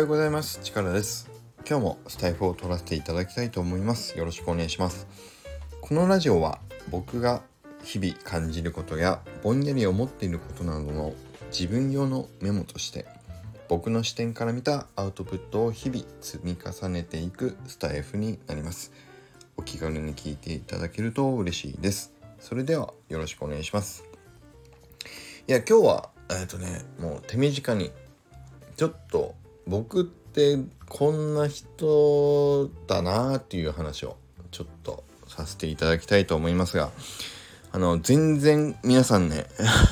ようございます。チカラです。今日もスタイフを取らせていただきたいと思います。よろしくお願いします。このラジオは僕が日々感じることやぼんやり思っていることなどの自分用のメモとして僕の視点から見たアウトプットを日々積み重ねていくスタイフになります。お気軽に聞いていただけると嬉しいです。それではよろしくお願いします。今日はもう手短にちょっと僕ってこんな人だなっていう話をちょっとさせていただきたいと思いますが、全然皆さんね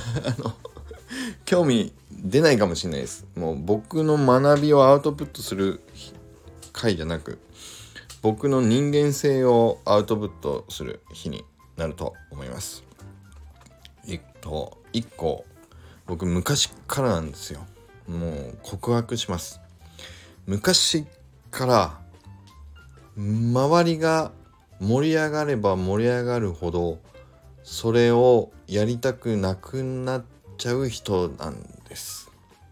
興味出ないかもしれないです。もう僕の学びをアウトプットする回じゃなく、僕の人間性をアウトプットする日になると思います。一個僕昔からなんですよ。もう告白します。昔から周りが盛り上がれば盛り上がるほどそれをやりたくなくなっちゃう人なんです。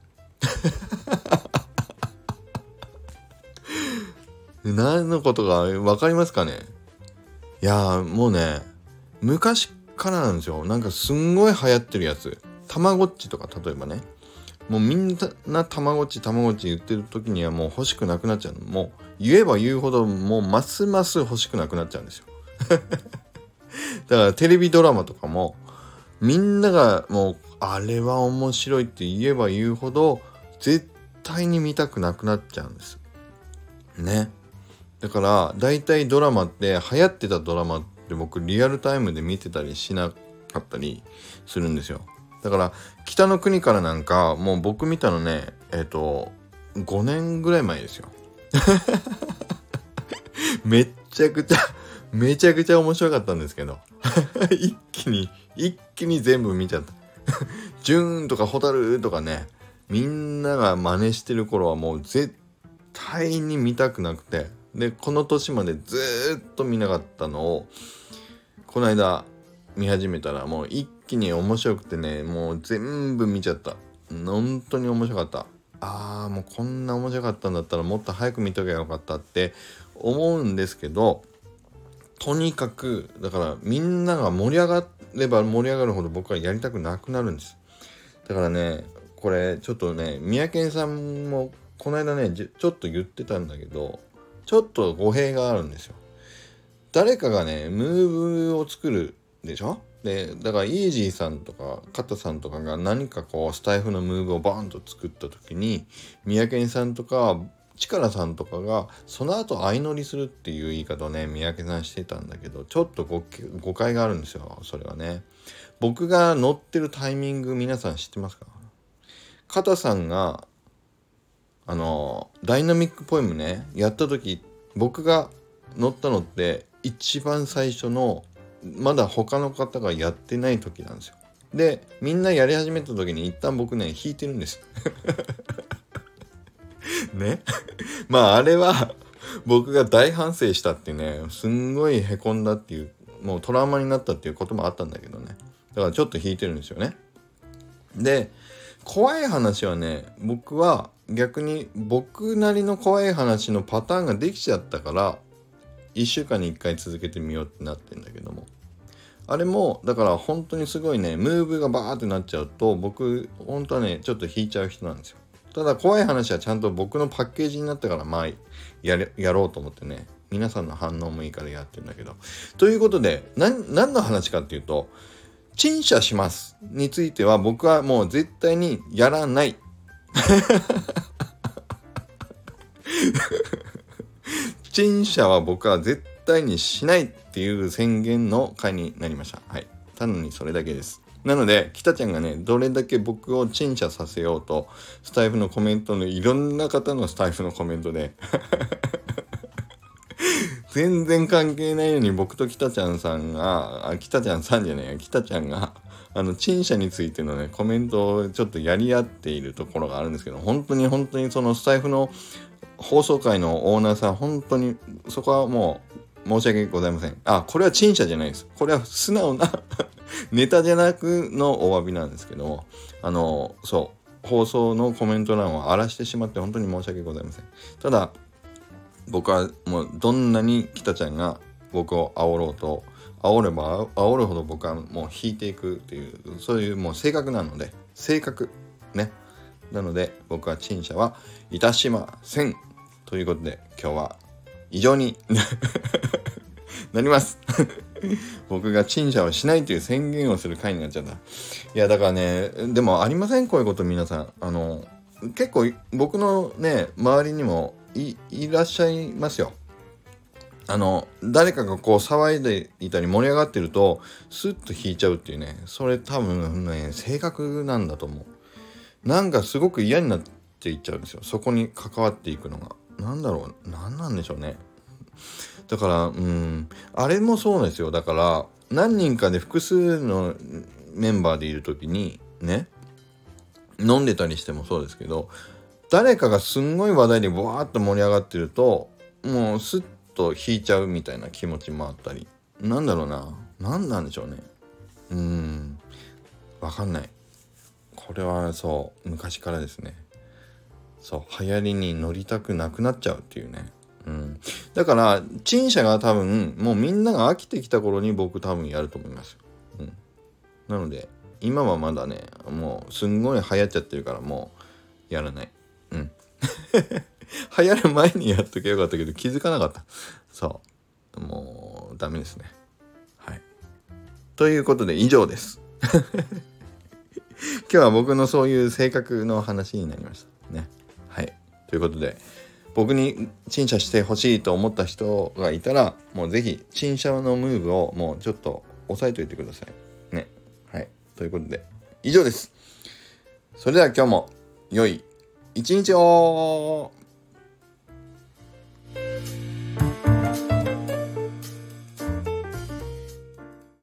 何のことか分かりますかね。もうね、昔からなんですよ。なんかすんごい流行ってるやつ、たまごっちとか、例えばね、もうみんなたまごっち言ってる時にはもう欲しくなくなっちゃう。もう言えば言うほどもうますます欲しくなくなっちゃうんですよ。だからテレビドラマとかもみんながもうあれは面白いって言えば言うほど絶対に見たくなくなっちゃうんですね。だからだいたいドラマって流行ってたドラマって僕リアルタイムで見てたりしなかったりするんですよ。だから北の国からなんかもう僕見たのね5年ぐらい前ですよ。めちゃくちゃ面白かったんですけど一気に全部見ちゃった。ジューンとかホタルとかね、みんなが真似してる頃はもう絶対に見たくなくて、でこの年までずっと見なかったのをこの間見始めたらもう一気に面白くてね、もう全部見ちゃった。本当に面白かった。もうこんな面白かったんだったらもっと早く見とけばよかったって思うんですけど、とにかくだからみんなが盛り上がれば盛り上がるほど僕はやりたくなくなるんです。だからね、これちょっとね、三宅さんもこの間ねちょっと言ってたんだけど、ちょっと語弊があるんですよ。誰かがねムーブを作るでしょ。でだからイージーさんとかカタさんとかが何かこうスタイフのムーブをバーンと作った時に、三宅さんとかチカラさんとかがその後相乗りするっていう言い方をね三宅さんしてたんだけど、ちょっと誤解があるんですよ。それはね、僕が乗ってるタイミング皆さん知ってますか？カタさんがダイナミックポエムねやった時、僕が乗ったのって一番最初のまだ他の方がやってない時なんですよ。でみんなやり始めた時に一旦僕ね弾いてるんですね。あれは僕が大反省したってね、すんごいへこんだっていう、もうトラウマになったっていうこともあったんだけどね。だからちょっと弾いてるんですよね。で怖い話はね、僕は逆に僕なりの怖い話のパターンができちゃったから1週間に1回続けてみようってなってんだけども、あれもだから本当にすごいね、ムーブがバーってなっちゃうと僕本当はねちょっと引いちゃう人なんですよ。ただ怖い話はちゃんと僕のパッケージになったからやろうと思ってね、皆さんの反応もいいからやってるんだけど、ということで何の話かっていうと、陳謝しますについては僕はもう絶対にやらない陳謝は僕は絶対にしないっていう宣言の回になりました。はい、単にそれだけです。なので北ちゃんがねどれだけ僕を陳謝させようと、スタイフのコメントのいろんな方のスタイフのコメントで全然関係ないのに僕と北ちゃんが陳謝についてのねコメントをちょっとやり合っているところがあるんですけど、本当にそのスタイフの放送回のオーナーさん、本当にそこはもう申し訳ございません。これは陳謝じゃないです。これは素直なネタじゃなくのお詫びなんですけども、 放送のコメント欄を荒らしてしまって本当に申し訳ございません。ただ僕はもうどんなに北ちゃんが僕を煽ろうと煽れば煽るほど僕はもう引いていくというそういうもう性格なのでね。なので僕は陳謝はいたしませんということで今日は以上になります僕が陳謝をしないという宣言をする回になっちゃった。いやだからねでもありませんこういうこと皆さん結構僕のね周りにもいらっしゃいますよ。誰かがこう騒いでいたり盛り上がってるとスッと引いちゃうっていうねそれ多分ね性格なんだと思う。なんかすごく嫌になっていっちゃうんですよそこに関わっていくのが。なんだろう何なんでしょうね。だからあれもそうなんですよ。だから何人かで複数のメンバーでいる時にね飲んでたりしてもそうですけど誰かがすんごい話題でボワーっと盛り上がってるともうスッと引いちゃうみたいな気持ちもあったりなんだろうな何なんでしょうね。わかんない。これはそう昔からですね。そう流行りに乗りたくなくなっちゃうっていうね。だから陳謝が多分もうみんなが飽きてきた頃に僕多分やると思いますよ。なので今はまだねもうすんごい流行っちゃってるからもうやらない。流行る前にやっときゃよかったけど気づかなかった。そうもうダメですね。はいということで以上です今日は僕のそういう性格の話になりましたね。はいということで僕に陳謝してほしいと思った人がいたらもうぜひ陳謝のムーブをもうちょっと押さえておいてくださいね。はいということで以上です。それでは今日も良い一日を。